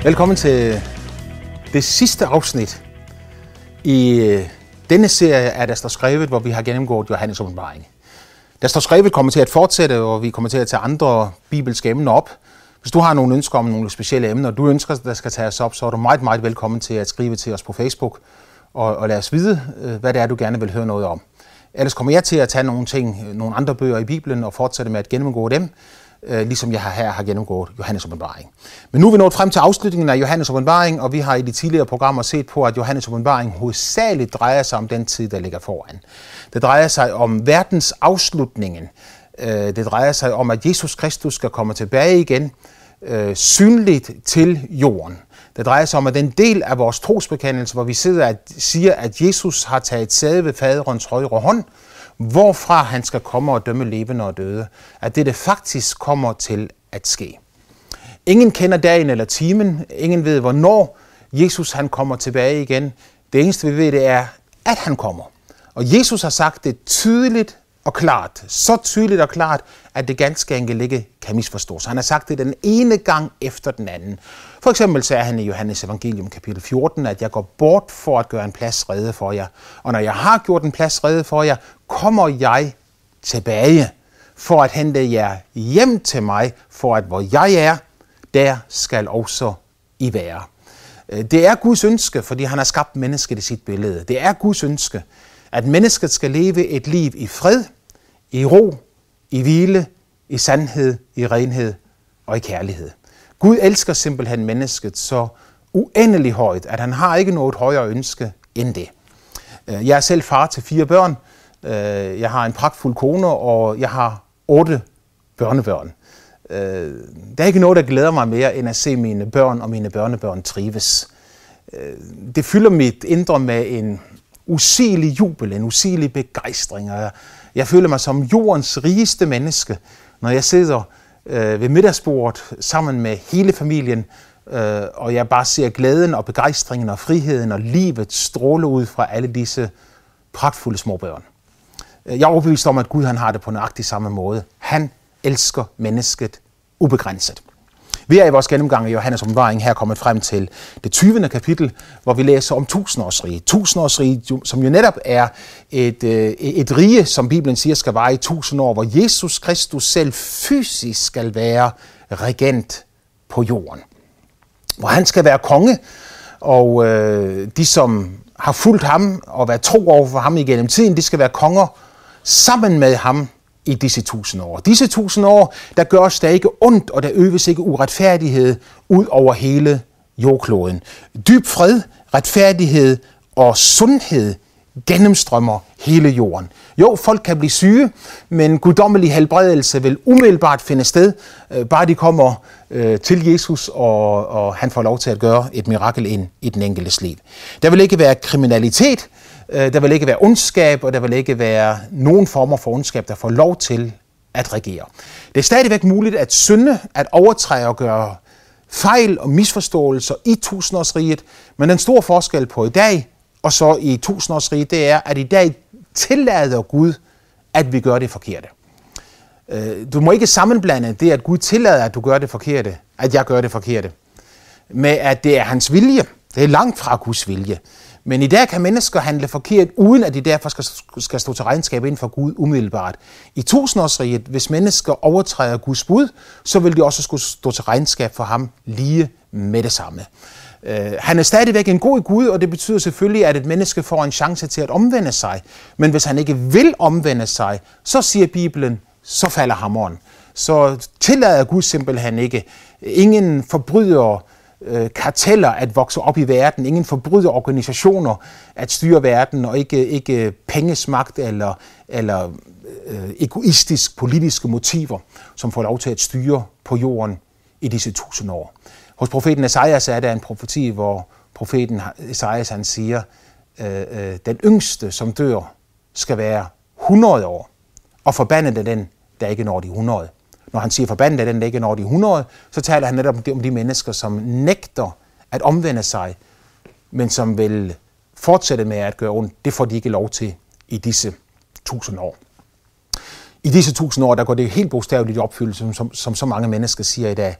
Velkommen til det sidste afsnit i denne serie af Der står skrevet, hvor vi har gennemgået Johannes åbenbaring. Der står skrevet kommer til at fortsætte, og vi kommer til at tage andre bibelske emner op. Hvis du har nogle ønsker om nogle specielle emner, du ønsker, der skal tages op, så er du meget, meget velkommen til at skrive til os på Facebook og lad os vide, hvad det er, du gerne vil høre noget om. Ellers kommer jeg til at tage nogle andre bøger i Bibelen og fortsætte med at gennemgå dem, ligesom jeg her har gennemgået Johannes åbenbaring. Men nu er vi nået frem til afslutningen af Johannes åbenbaring, og vi har i de tidligere programmer set på, at Johannes åbenbaring hovedsageligt drejer sig om den tid, der ligger foran. Det drejer sig om verdens afslutningen. Det drejer sig om, at Jesus Kristus skal komme tilbage igen, synligt til jorden. Det drejer sig om, at den del af vores trosbekendelse, hvor vi sidder og siger, at Jesus har taget sæde ved faderens højre hånd, hvorfra han skal komme og dømme levende og døde, at det faktisk kommer til at ske. Ingen kender dagen eller timen, ingen ved, hvornår Jesus han kommer tilbage igen. Det eneste vi ved, det er, at han kommer. Og Jesus har sagt det tydeligt og klart, så tydeligt og klart, at det ganske enkelt ikke kan misforstås. Han har sagt det den ene gang efter den anden. For eksempel sagde han i Johannes evangelium kapitel 14, at jeg går bort for at gøre en plads rede for jer. Og når jeg har gjort en plads rede for jer, kommer jeg tilbage for at hente jer hjem til mig, for at hvor jeg er, der skal også I være. Det er Guds ønske, fordi han har skabt mennesket i sit billede. Det er Guds ønske, at mennesket skal leve et liv i fred, i ro, i hvile, i sandhed, i renhed og i kærlighed. Gud elsker simpelthen mennesket så uendelig højt, at han har ikke noget højere ønske end det. Jeg er selv far til 4 børn. Jeg har en pragtfuld kone, og jeg har 8 børnebørn. Der er ikke noget, der glæder mig mere, end at se mine børn og mine børnebørn trives. Det fylder mit indre med en usigelig jubel, en usigelig begejstring. Jeg føler mig som jordens rigeste menneske, når jeg sidder ved middagsbordet sammen med hele familien, og jeg bare ser glæden og begejstringen og friheden og livet stråle ud fra alle disse pragtfulde små børn. Jeg er overbevist om, at Gud han har det på nøjagtig samme måde. Han elsker mennesket ubegrænset. Vi er i vores gennemgang af Johannes åbenbaring her kommet frem til det 20. kapitel, hvor vi læser om 1000-årsriget. 1000-årsriget, som jo netop er et rige, som Bibelen siger skal vare i 1000 år, hvor Jesus Kristus selv fysisk skal være regent på jorden. Hvor han skal være konge, og de, som har fulgt ham og været tro over for ham igennem tiden, de skal være konger sammen med ham i disse 1000 år. Disse 1000 år, der gøres der ikke ondt, og der øves ikke uretfærdighed ud over hele jordkloden. Dyb fred, retfærdighed og sundhed gennemstrømmer hele jorden. Jo, folk kan blive syge, men guddommelig helbredelse vil umiddelbart finde sted, bare de kommer til Jesus, og han får lov til at gøre et mirakel ind i den enkeltes liv. Der vil ikke være kriminalitet, der vil ikke være ondskab, og der vil ikke være nogen former for ondskab, der får lov til at regere. Det er stadigvæk muligt at synde, at overtræde og gøre fejl og misforståelser i 1000-årsriget, men den store forskel på i dag og så i 1000-årsriget, det er, at i dag tillader Gud, at vi gør det forkerte. Du må ikke sammenblande det, at Gud tillader, at du gør det forkerte, at jeg gør det forkerte, med at det er hans vilje. Det er langt fra Guds vilje. Men i dag kan mennesker handle forkert, uden at de derfor skal stå til regnskab inden for Gud umiddelbart. I 1000-årsriget, hvis mennesker overtræder Guds bud, så vil de også skulle stå til regnskab for ham lige med det samme. Han er stadigvæk en god Gud, og det betyder selvfølgelig, at et menneske får en chance til at omvende sig. Men hvis han ikke vil omvende sig, så siger Bibelen, så falder hammeren. Så tillader Gud simpelthen ikke. Ingen forbrydere, karteller at vokse op i verden, ingen forbryderorganisationer at styre verden, og ikke pengesmagt eller egoistisk politiske motiver, som får lov til at styre på jorden i disse 1000 år. Hos profeten Esajas er der en profeti, hvor profeten Esajas han siger, den yngste, som dør, skal være 100 år, og forbandet er den, der ikke når de 100. Når han siger forbandet er den, der ikke når de 100, så taler han netop om de mennesker, som nægter at omvende sig, men som vil fortsætte med at gøre ondt. Det får de ikke lov til i disse 1000 år. I disse 1000 år, der går det helt bogstaveligt i opfyldelse, som så mange mennesker siger i dag.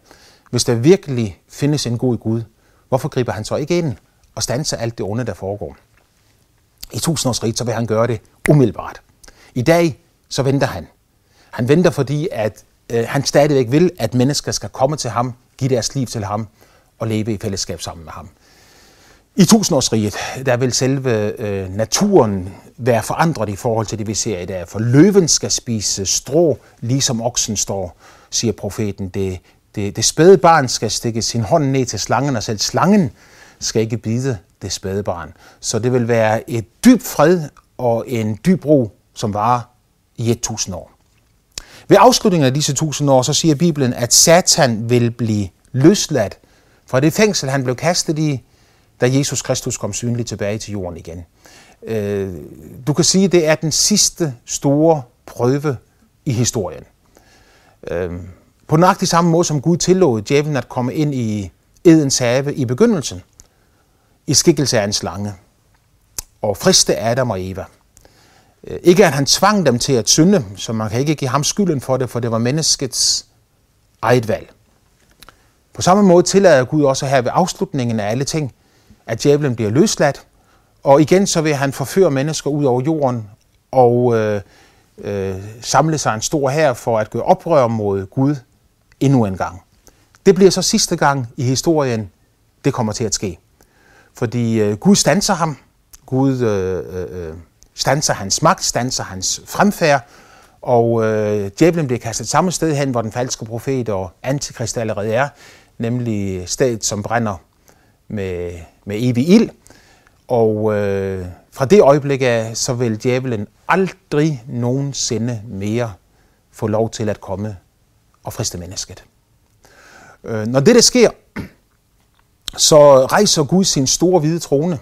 hvis der virkelig findes en god Gud, hvorfor griber han så ikke ind og standser alt det onde, der foregår? I 1000-årsriget, så vil han gøre det umiddelbart. I dag, så venter han. Han venter, fordi at han stadigvæk vil, at mennesker skal komme til ham, give deres liv til ham og leve i fællesskab sammen med ham. I 1000-årsriget, der vil selve naturen være forandret i forhold til det, vi ser i dag. For løven skal spise strå, ligesom oksen står, siger profeten. Det spæde barn skal stikke sin hånd ned til slangen, og selv slangen skal ikke bide det spæde barn. Så det vil være et dyb fred og en dyb ro, som varer i 1000 år. Ved afslutningen af disse 1000 år, så siger Bibelen, at Satan vil blive løsladt fra det fængsel, han blev kastet i, da Jesus Kristus kom synligt tilbage til jorden igen. Du kan sige, at det er den sidste store prøve i historien. På nøjagtig samme måde som Gud tillod djævlen at komme ind i Edens have i begyndelsen, i skikkelse af en slange, og friste Adam og Eva. Ikke at han tvang dem til at synde, så man kan ikke give ham skylden for det var menneskets eget valg. På samme måde tillader Gud også her ved afslutningen af alle ting, at djævlen bliver løsladt, og igen så vil han forføre mennesker ud over jorden og samle sig en stor hær for at gøre oprør mod Gud endnu en gang. Det bliver så sidste gang i historien, det kommer til at ske. Fordi Gud standser ham, Gud standser hans magt, standser hans fremfærd, og djævlen bliver kastet samme sted hen, hvor den falske profet og antikrist allerede er, nemlig stedet, som brænder med evig ild. Og fra det øjeblik af, så vil djævlen aldrig nogensinde mere få lov til at komme og friste mennesket. Når det sker, så rejser Gud sin store hvide trone.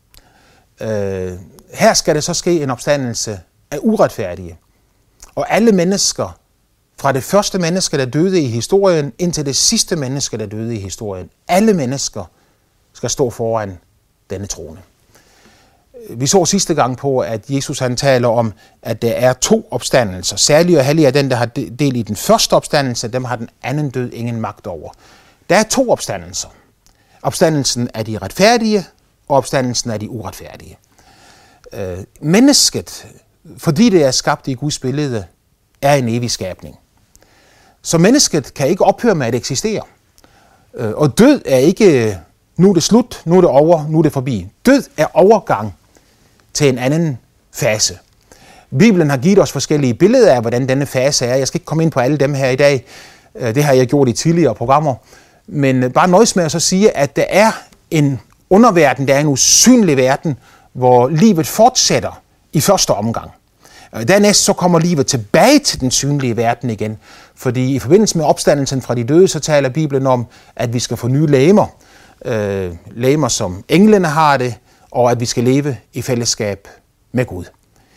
Her skal det så ske en opstandelse af uretfærdige. Og alle mennesker, fra det første menneske, der døde i historien, indtil det sidste menneske, der døde i historien, alle mennesker skal stå foran denne trone. Vi så sidste gang på, at Jesus han taler om, at der er 2 opstandelser. Særlig og hellig er den, der har del i den første opstandelse, dem har den anden død ingen magt over. Der er 2 opstandelser. Opstandelsen af de retfærdige og opstandelsen af de uretfærdige. Mennesket, fordi det er skabt i Guds billede, er en evig skabning. Så mennesket kan ikke ophøre med at eksistere. Og død er ikke, nu er det slut, nu er det over, nu er det forbi. Død er overgang til en anden fase. Bibelen har givet os forskellige billeder af, hvordan denne fase er. Jeg skal ikke komme ind på alle dem her i dag. Det har jeg gjort i tidligere programmer. Men bare nøjes med at så sige, at der er en underverden, der er en usynlig verden, hvor livet fortsætter i første omgang. Dernæst så kommer livet tilbage til den synlige verden igen, fordi i forbindelse med opstandelsen fra de døde, så taler Bibelen om, at vi skal få nye legemer. Legemer som englene har det, og at vi skal leve i fællesskab med Gud.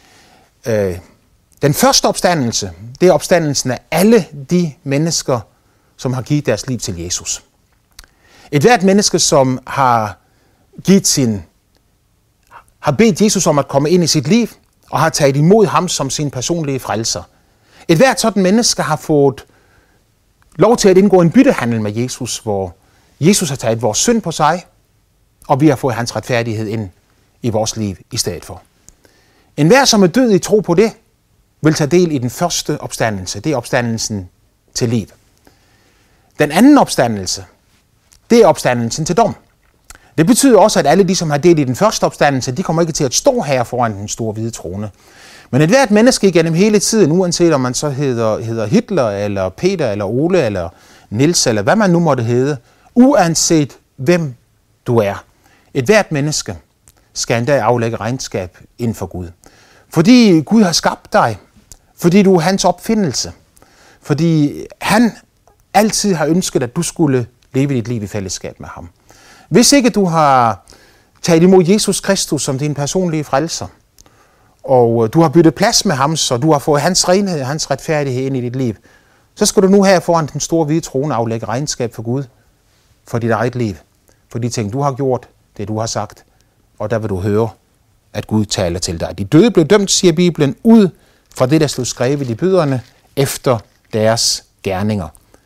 Den første opstandelse, det er opstandelsen af alle de mennesker, som har givet deres liv til Jesus. Et hvert menneske, som har bedt Jesus om at komme ind i sit liv, og har taget imod ham som sin personlige frelser. Et hvert sådan menneske har fået lov til at indgå en byttehandel med Jesus, hvor Jesus har taget vores synd på sig, og vi har fået hans retfærdighed ind i vores liv i stedet for. Enhver, som er død i tro på det, vil tage del i den første opstandelse. Det er opstandelsen til liv. Den anden opstandelse, det er opstandelsen til dom. Det betyder også, at alle de, som har del i den første opstandelse, de kommer ikke til at stå her foran den store hvide trone. Men et hvert menneske igennem hele tiden, uanset om man så hedder Hitler, eller Peter, eller Ole, eller Niels, eller hvad man nu måtte hedde, uanset hvem du er. Et hvert menneske skal endda aflægge regnskab inden for Gud. Fordi Gud har skabt dig, fordi du er hans opfindelse, fordi han altid har ønsket, at du skulle leve dit liv i fællesskab med ham. Hvis ikke du har taget imod Jesus Kristus som din personlige frelser, og du har byttet plads med ham, så du har fået hans renhed og hans retfærdighed ind i dit liv, så skal du nu her foran den store hvide trone aflægge regnskab for Gud, for dit eget liv, for de ting, du har gjort, det du har sagt, og der vil du høre, at Gud taler til dig. De døde blev dømt, siger Bibelen, ud fra det, der stod skrevet i bøgerne, efter deres gerninger.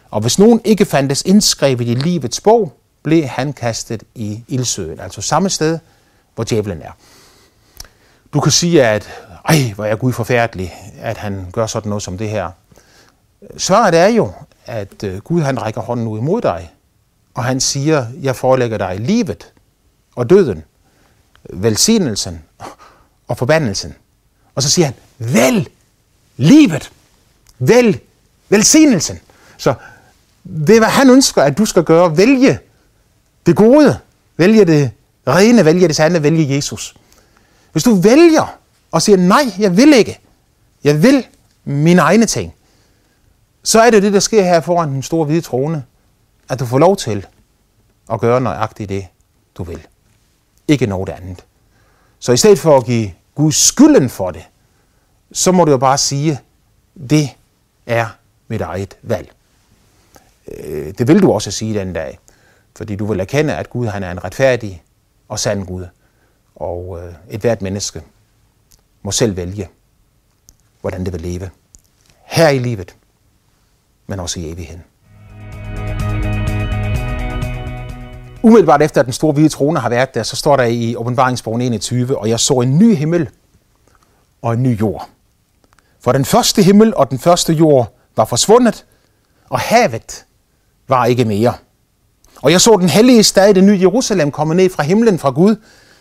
Og hvis nogen ikke fandtes indskrevet i livets bog, blev han kastet i ildsøen. Altså samme sted, hvor djævlen er. Du kan sige, at hvor er Gud forfærdelig, at han gør sådan noget som det her. Svaret er jo, at Gud han rækker hånden ud imod dig, og han siger, jeg forelægger dig livet og døden, velsignelsen og forbandelsen. Og så siger han, vælg livet, vælg velsignelsen. Så det er, hvad han ønsker, at du skal gøre. Vælge det gode, vælge det rene, vælge det sande, vælge Jesus. Hvis du vælger og siger, nej, jeg vil ikke, jeg vil mine egne ting, så er det det, der sker her foran den store hvide trone, at du får lov til at gøre nøjagtigt det, du vil. Ikke noget andet. Så i stedet for at give Gud skylden for det, så må du jo bare sige, det er mit eget valg. Det vil du også sige den dag, fordi du vil erkende, at Gud han er en retfærdig og sand Gud, og et hvert menneske må selv vælge, hvordan det vil leve. Her i livet, men også i evigheden. Umiddelbart efter at den store hvide trone har været der, så står der i Åbenbaringsbogen 21, og jeg så en ny himmel og en ny jord. For den første himmel og den første jord var forsvundet, og havet var ikke mere. Og jeg så den hellige stad, det nye Jerusalem, komme ned fra himlen fra Gud,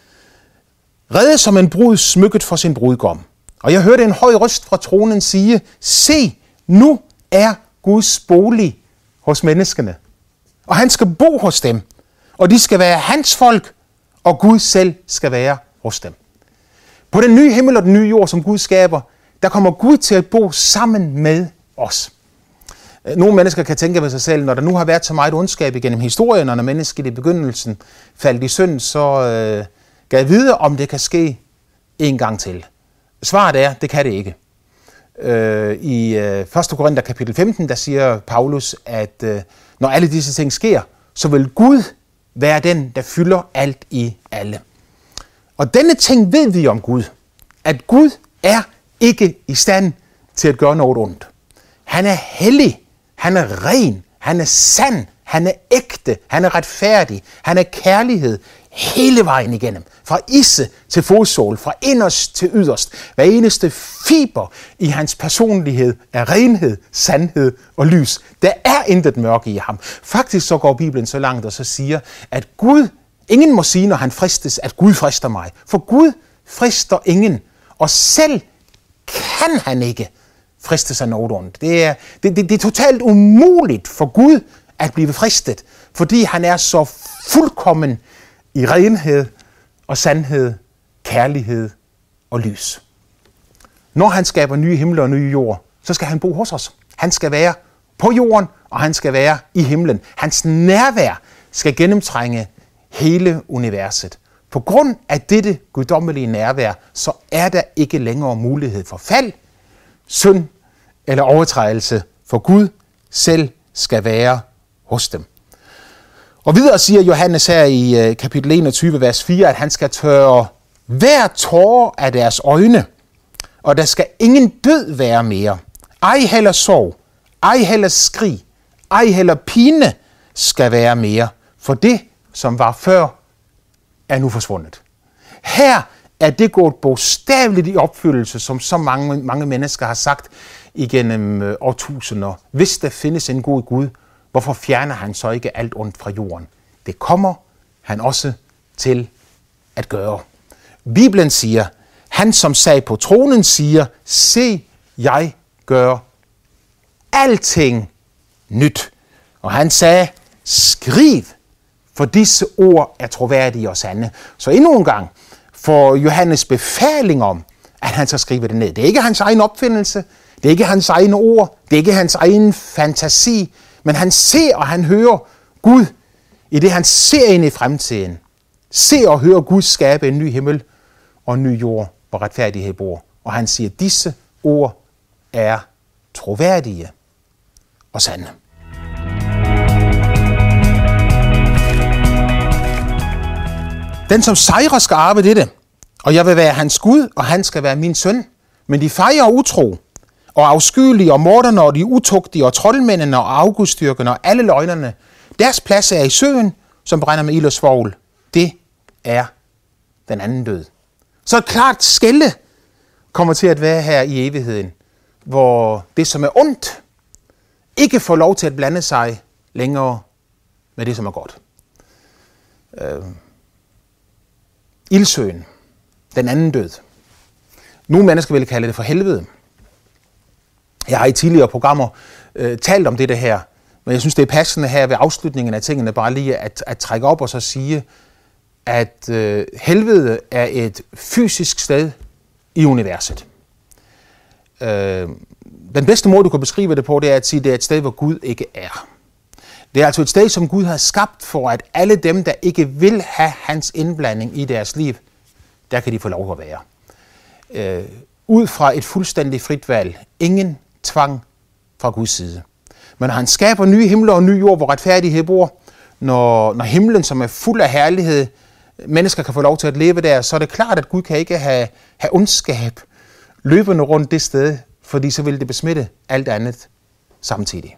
reddet som en brud smykket for sin brudgom. Og jeg hørte en høj røst fra tronen sige, se, nu er Guds bolig hos menneskene. Og han skal bo hos dem, og de skal være hans folk, og Gud selv skal være hos dem. På den nye himmel og den nye jord, som Gud skaber, der kommer Gud til at bo sammen med os. Nogle mennesker kan tænke ved sig selv, når der nu har været så meget ondskab igennem historien, og når mennesket i begyndelsen faldt i synd, så kan jeg vide, om det kan ske en gang til. Svaret er, det kan det ikke. I 1. Korinther kapitel 15, der siger Paulus, at når alle disse ting sker, så vil Gud være den, der fylder alt i alle. Og denne ting ved vi om Gud, at Gud er ikke i stand til at gøre noget ondt. Han er hellig, han er ren, han er sand, han er ægte, han er retfærdig, han er kærlighed hele vejen igennem. Fra isse til fodsål, fra inderst til yderst. Hver eneste fiber i hans personlighed er renhed, sandhed og lys. Der er intet mørke i ham. Faktisk så går Bibelen så langt og så siger, at Gud, ingen må sige, når han fristes, at Gud frister mig. For Gud frister ingen, og selv kan han ikke friste sig noget ondt. Det er totalt umuligt for Gud at blive fristet, fordi han er så fuldkommen i renhed og sandhed, kærlighed og lys. Når han skaber nye himler og nye jord, så skal han bo hos os. Han skal være på jorden, og han skal være i himlen. Hans nærvær skal gennemtrænge hele universet. På grund af dette guddommelige nærvær, så er der ikke længere mulighed for fald, synd eller overtrædelse, for Gud selv skal være hos dem. Og videre siger Johannes her i kapitel 21, vers 4, at han skal tørre hver tåre af deres øjne, og der skal ingen død være mere. Ej heller sorg, ej heller skrig, ej heller pine skal være mere, for det, som var før, er nu forsvundet. Her er det gået bogstaveligt i opfyldelse, som så mange mennesker har sagt igennem årtusinder. Hvis der findes en god Gud, hvorfor fjerner han så ikke alt ondt fra jorden? Det kommer han også til at gøre. Bibelen siger, han som sad på tronen siger, se, jeg gør alting nyt. Og han sagde, skriv, for disse ord er troværdige og sande. Så endnu en gang får Johannes befaling om, at han skal skrive det ned. Det er ikke hans egen opfindelse, det er ikke hans egne ord, det er ikke hans egen fantasi, men han ser og han hører Gud, i det han ser ind i fremtiden. Ser og hører Gud skabe en ny himmel og en ny jord, hvor retfærdighed bor. Og han siger, at disse ord er troværdige og sande. Den som sejrer skal arve dette, og jeg vil være hans Gud, og han skal være min søn. Men de fejrer utro, og afskyelige og morderne og de utugtige og troldmændene og afgudstyrkerne og alle løgnerne, deres plads er i søen, som brænder med ild og svovl. Det er den anden død. Så et klart skille kommer til at være her i evigheden, hvor det, som er ondt, ikke får lov til at blande sig længere med det, som er godt. Ildsøen, den anden død. Nogle mennesker vil kalde det for helvede. Jeg har i tidligere programmer talt om det her, men jeg synes, det er passende her ved afslutningen af tingene bare lige at trække op og så sige, at helvede er et fysisk sted i universet. Den bedste måde, du kan beskrive det på, det er at sige, at det er et sted, hvor Gud ikke er. Det er altså et sted, som Gud har skabt for, at alle dem, der ikke vil have hans indblanding i deres liv, der kan de få lov at være. Ud fra et fuldstændig frit valg. Ingen tvang fra Guds side. Men når han skaber nye himler og ny jord, hvor retfærdighed bor, når himlen, som er fuld af herlighed, mennesker kan få lov til at leve der, så er det klart, at Gud kan ikke have ondskab løbende rundt det sted, fordi så vil det besmitte alt andet samtidig.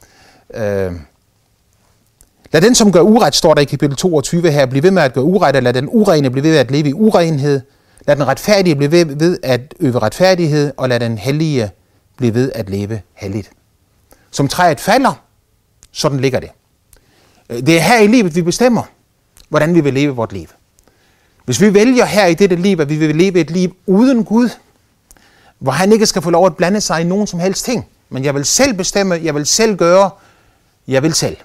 Lad den, som gør uret, står der i kapitel 22 her, blive ved med at gøre uret, og lad den urene blive ved at leve i urenhed. Lad den retfærdige blive ved at øve retfærdighed, og lad den hellige blive ved at leve helligt. Som træet falder, sådan ligger det. Det er her i livet, vi bestemmer, hvordan vi vil leve vort liv. Hvis vi vælger her i dette liv, at vi vil leve et liv uden Gud, hvor han ikke skal få lov at blande sig i nogen som helst ting, men jeg vil selv bestemme, jeg vil selv gøre, jeg vil selv.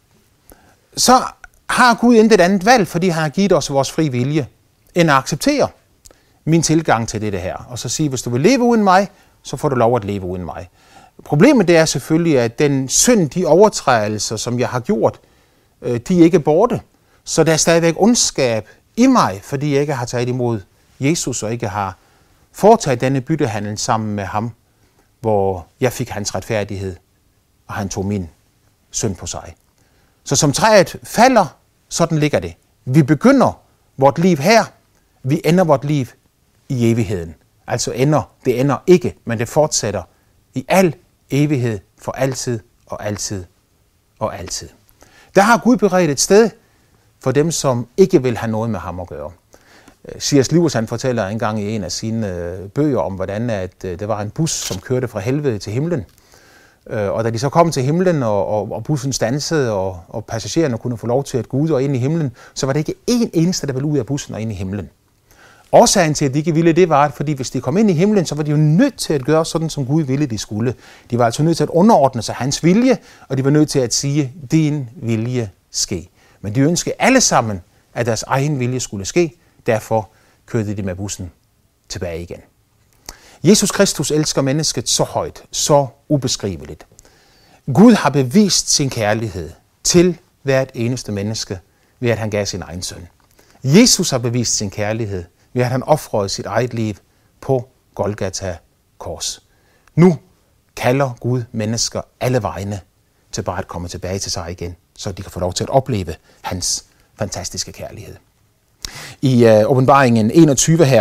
Så har Gud intet andet valg, fordi han har givet os vores fri vilje, end at acceptere min tilgang til det her. Og så sige, hvis du vil leve uden mig, så får du lov at leve uden mig. Problemet det er selvfølgelig, at den synd, de overtrædelser, som jeg har gjort, de er ikke borte. Så der er stadigvæk ondskab i mig, fordi jeg ikke har taget imod Jesus og ikke har foretaget denne byttehandel sammen med ham, hvor jeg fik hans retfærdighed, og han tog min synd på sig. Så som træet falder, sådan ligger det. Vi begynder vort liv her, vi ender vort liv i evigheden. Altså det ender ikke, men det fortsætter i al evighed for altid og altid og altid. Der har Gud beredt et sted for dem, som ikke vil have noget med ham at gøre. C.S. Lewis han fortæller engang i en af sine bøger om, hvordan at der var en bus, som kørte fra helvede til himlen. Og da de så kom til himlen, og bussen standsede, og passagererne kunne få lov til at gå ud og ind i himlen, så var det ikke en eneste, der ville ud af bussen og ind i himlen. Årsagen til, at de ikke ville det, var, at fordi hvis de kom ind i himlen, så var de jo nødt til at gøre sådan, som Gud ville, de skulle. De var altså nødt til at underordne sig hans vilje, og de var nødt til at sige, din vilje ske. Men de ønskede alle sammen, at deres egen vilje skulle ske. Derfor kørte de med bussen tilbage igen. Jesus Kristus elsker mennesket så højt, så ubeskriveligt. Gud har bevist sin kærlighed til hvert eneste menneske, ved at han gav sin egen søn. Jesus har bevist sin kærlighed, ved at han ofrede sit eget liv på Golgata kors. Nu kalder Gud mennesker alle vegne til bare at komme tilbage til sig igen, så de kan få lov til at opleve hans fantastiske kærlighed. I åbenbaringen 21 her,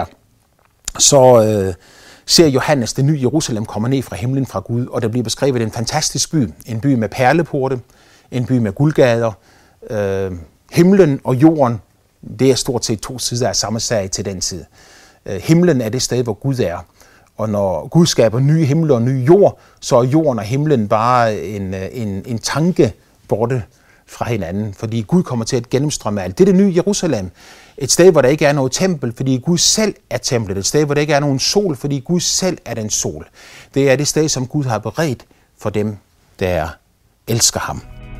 så ser Johannes det nye Jerusalem komme ned fra himlen fra Gud, og der bliver beskrevet en fantastisk by. En by med perleporte, en by med guldgader. Himlen og jorden, det er stort set to sider af samme sag til den tid. Himlen er det sted, hvor Gud er. Og når Gud skaber nye himler og nye jord, så er jorden og himlen bare en tanke borte fra hinanden. Fordi Gud kommer til at gennemstrømme alt. Det er det nye Jerusalem. Et sted, hvor der ikke er noget tempel, fordi Gud selv er templet. Et sted, hvor der ikke er nogen sol, fordi Gud selv er den sol. Det er det sted, som Gud har beredt for dem, der elsker ham.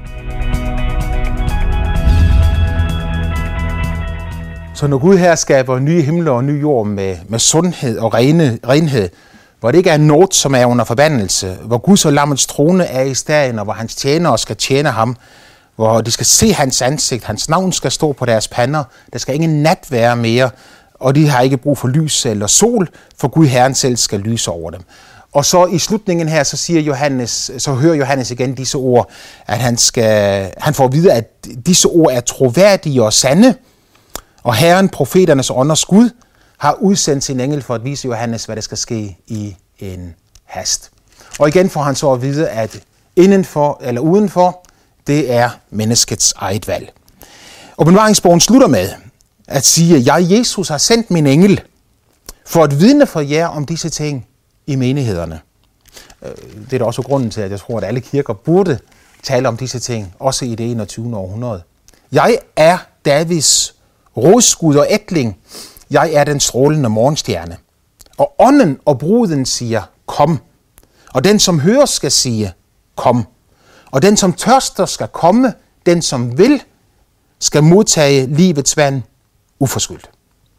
Så når Gud her skaber nye himler og ny jord med sundhed og renhed, hvor det ikke er noget, som er under forbandelse, hvor Guds og lammets trone er i staden, og hvor hans tjenere skal tjene ham, hvor de skal se hans ansigt, hans navn skal stå på deres pander, der skal ingen nat være mere, og de har ikke brug for lys eller sol, for Gud Herren selv skal lyse over dem. Og så i slutningen her, så hører Johannes igen disse ord, at han får at vide, at disse ord er troværdige og sande, og Herren, profeternes ånders Gud, har udsendt sin engel for at vise Johannes, hvad der skal ske i en hast. Og igen får han så at vide, at indenfor eller udenfor, det er menneskets eget valg. Åbenbaringsbogen slutter med at sige, jeg, Jesus, har sendt min engel for at vidne for jer om disse ting i menighederne. Det er da også grunden til, at jeg tror, at alle kirker burde tale om disse ting, også i det 21. århundrede. Jeg er Davids rodskud og ætling. Jeg er den strålende morgenstjerne. Og ånden og bruden siger, kom. Og den, som hører, skal sige, kom. Og den, som tørster, skal komme. Den, som vil, skal modtage livets vand uforskyldt.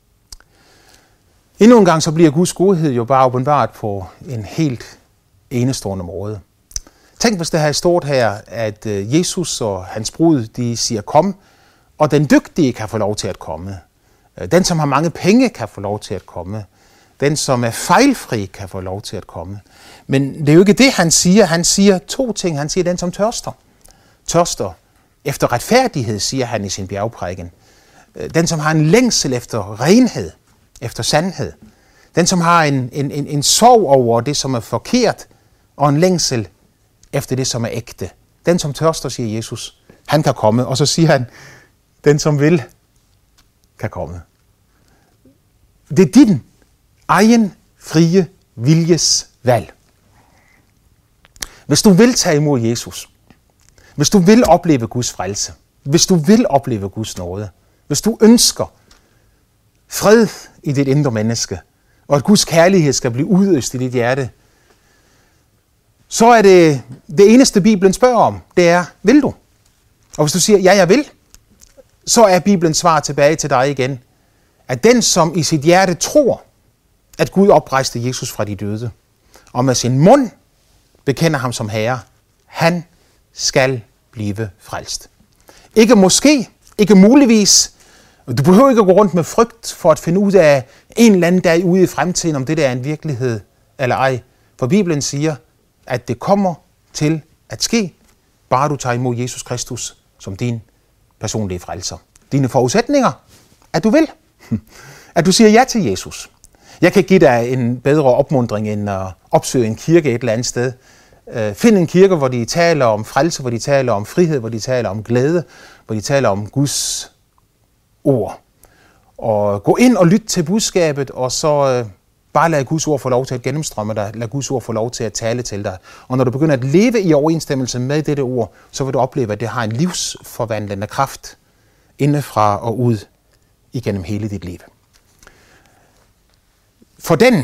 Endnu en gang så bliver Guds godhed jo bare åbenbart på en helt enestående måde. Tænk, hvis det her stort her, at Jesus og hans brud, de siger kom, og den dygtige kan få lov til at komme. Den, som har mange penge, kan få lov til at komme. Den, som er fejlfri, kan få lov til at komme. Men det er jo ikke det, han siger. Han siger to ting. Han siger, den, som tørster. Tørster efter retfærdighed, siger han i sin bjergprædiken. Den, som har en længsel efter renhed, efter sandhed. Den, som har en sorg over det, som er forkert, og en længsel efter det, som er ægte. Den, som tørster, siger Jesus, han kan komme. Og så siger han, den, som vil, kan komme. Det er din egen frie viljes valg. Hvis du vil tage imod Jesus, hvis du vil opleve Guds frelse, hvis du vil opleve Guds nåde, hvis du ønsker fred i dit indre menneske, og at Guds kærlighed skal blive udøst i dit hjerte, så er det eneste Bibelen spørger om, det er, vil du? Og hvis du siger, ja, jeg vil, så er Bibelens svar tilbage til dig igen, at den, som i sit hjerte tror, at Gud oprejste Jesus fra de døde, og med sin mund bekender ham som Herre, han skal blive frelst. Ikke måske, ikke muligvis. Du behøver ikke at gå rundt med frygt for at finde ud af en eller anden dag ude i fremtiden, om det der er en virkelighed eller ej. For Bibelen siger, at det kommer til at ske, bare du tager imod Jesus Kristus som din personlige frelser. Dine forudsætninger, at du vil. At du siger ja til Jesus. Jeg kan give dig en bedre opmuntring end at opsøge en kirke et eller andet sted. Find en kirke, hvor de taler om frelse, hvor de taler om frihed, hvor de taler om glæde, hvor de taler om Guds ord. Og gå ind og lyt til budskabet, og så bare lad Guds ord få lov til at gennemstrømme dig. Lad Guds ord få lov til at tale til dig. Og når du begynder at leve i overensstemmelse med dette ord, så vil du opleve, at det har en livsforvandlende kraft indefra og ud igennem hele dit liv. For den,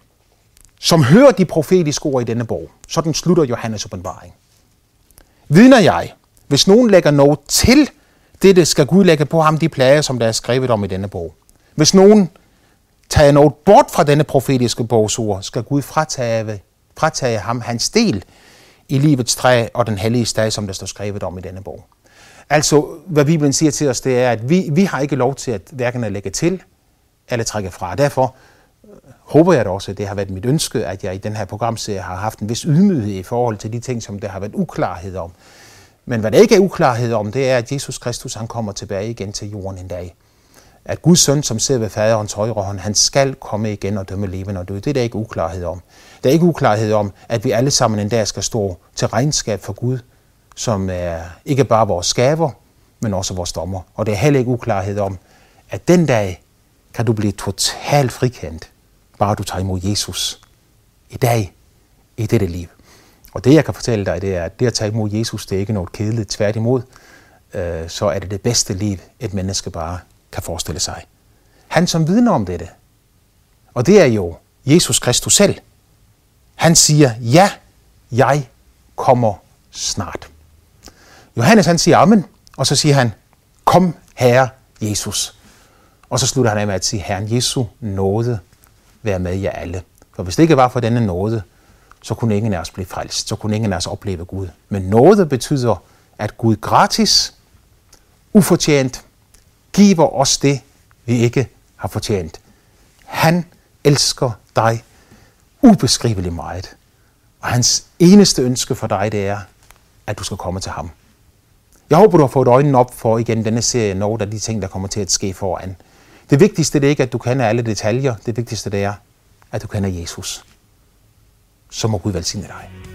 som hører de profetiske ord i denne bog, sådan slutter Johannes åbenbaring. Vidner jeg, hvis nogen lægger noget til dette, skal Gud lægge på ham de plager, som der er skrevet om i denne bog. Hvis nogen tager noget bort fra denne profetiske bogs ord, skal Gud fratage ham hans del i livets træ og den hellige stad, som der står skrevet om i denne bog. Altså, hvad Bibelen siger til os, det er, at vi har ikke lov til at hverken at lægge til eller trække fra. Derfor håber jeg da også, at det har været mit ønske, at jeg i den her programserie har haft en vis ydmyghed i forhold til de ting, som der har været uklarhed om. Men hvad der ikke er uklarhed om, det er, at Jesus Kristus han kommer tilbage igen til jorden en dag. At Guds søn, som sidder ved faderens højre hånd, han skal komme igen og dømme levende og døde. Det er der ikke uklarhed om. Der er ikke uklarhed om, at vi alle sammen en dag skal stå til regnskab for Gud, som er ikke bare vores skaber, men også vores dommer. Og der er heller ikke uklarhed om, at den dag kan du blive totalt frikendt, bare du tager imod Jesus i dag, i dette liv. Og det, jeg kan fortælle dig, det er, at det at tage imod Jesus, det er ikke noget kedeligt. Tværtimod, så er det bedste liv, et menneske bare kan forestille sig. Han som vidner om dette, og det er jo Jesus Kristus selv, han siger, ja, jeg kommer snart. Johannes han siger amen, og så siger han, kom Herre Jesus. Og så slutter han af med at sige, Herren Jesu nåde være med jer alle. For hvis det ikke var for denne nåde, så kunne ingen af os blive frelst. Så kunne ingen af os opleve Gud. Men nåde betyder, at Gud gratis, ufortjent, giver os det, vi ikke har fortjent. Han elsker dig ubeskriveligt meget. Og hans eneste ønske for dig, det er, at du skal komme til ham. Jeg håber, du har fået øjnene op for igen denne serie, nogle af de ting, der kommer til at ske foran. Det vigtigste det er ikke, at du kender alle detaljer. Det vigtigste det er, at du kender Jesus. så må Gud velsigne dig.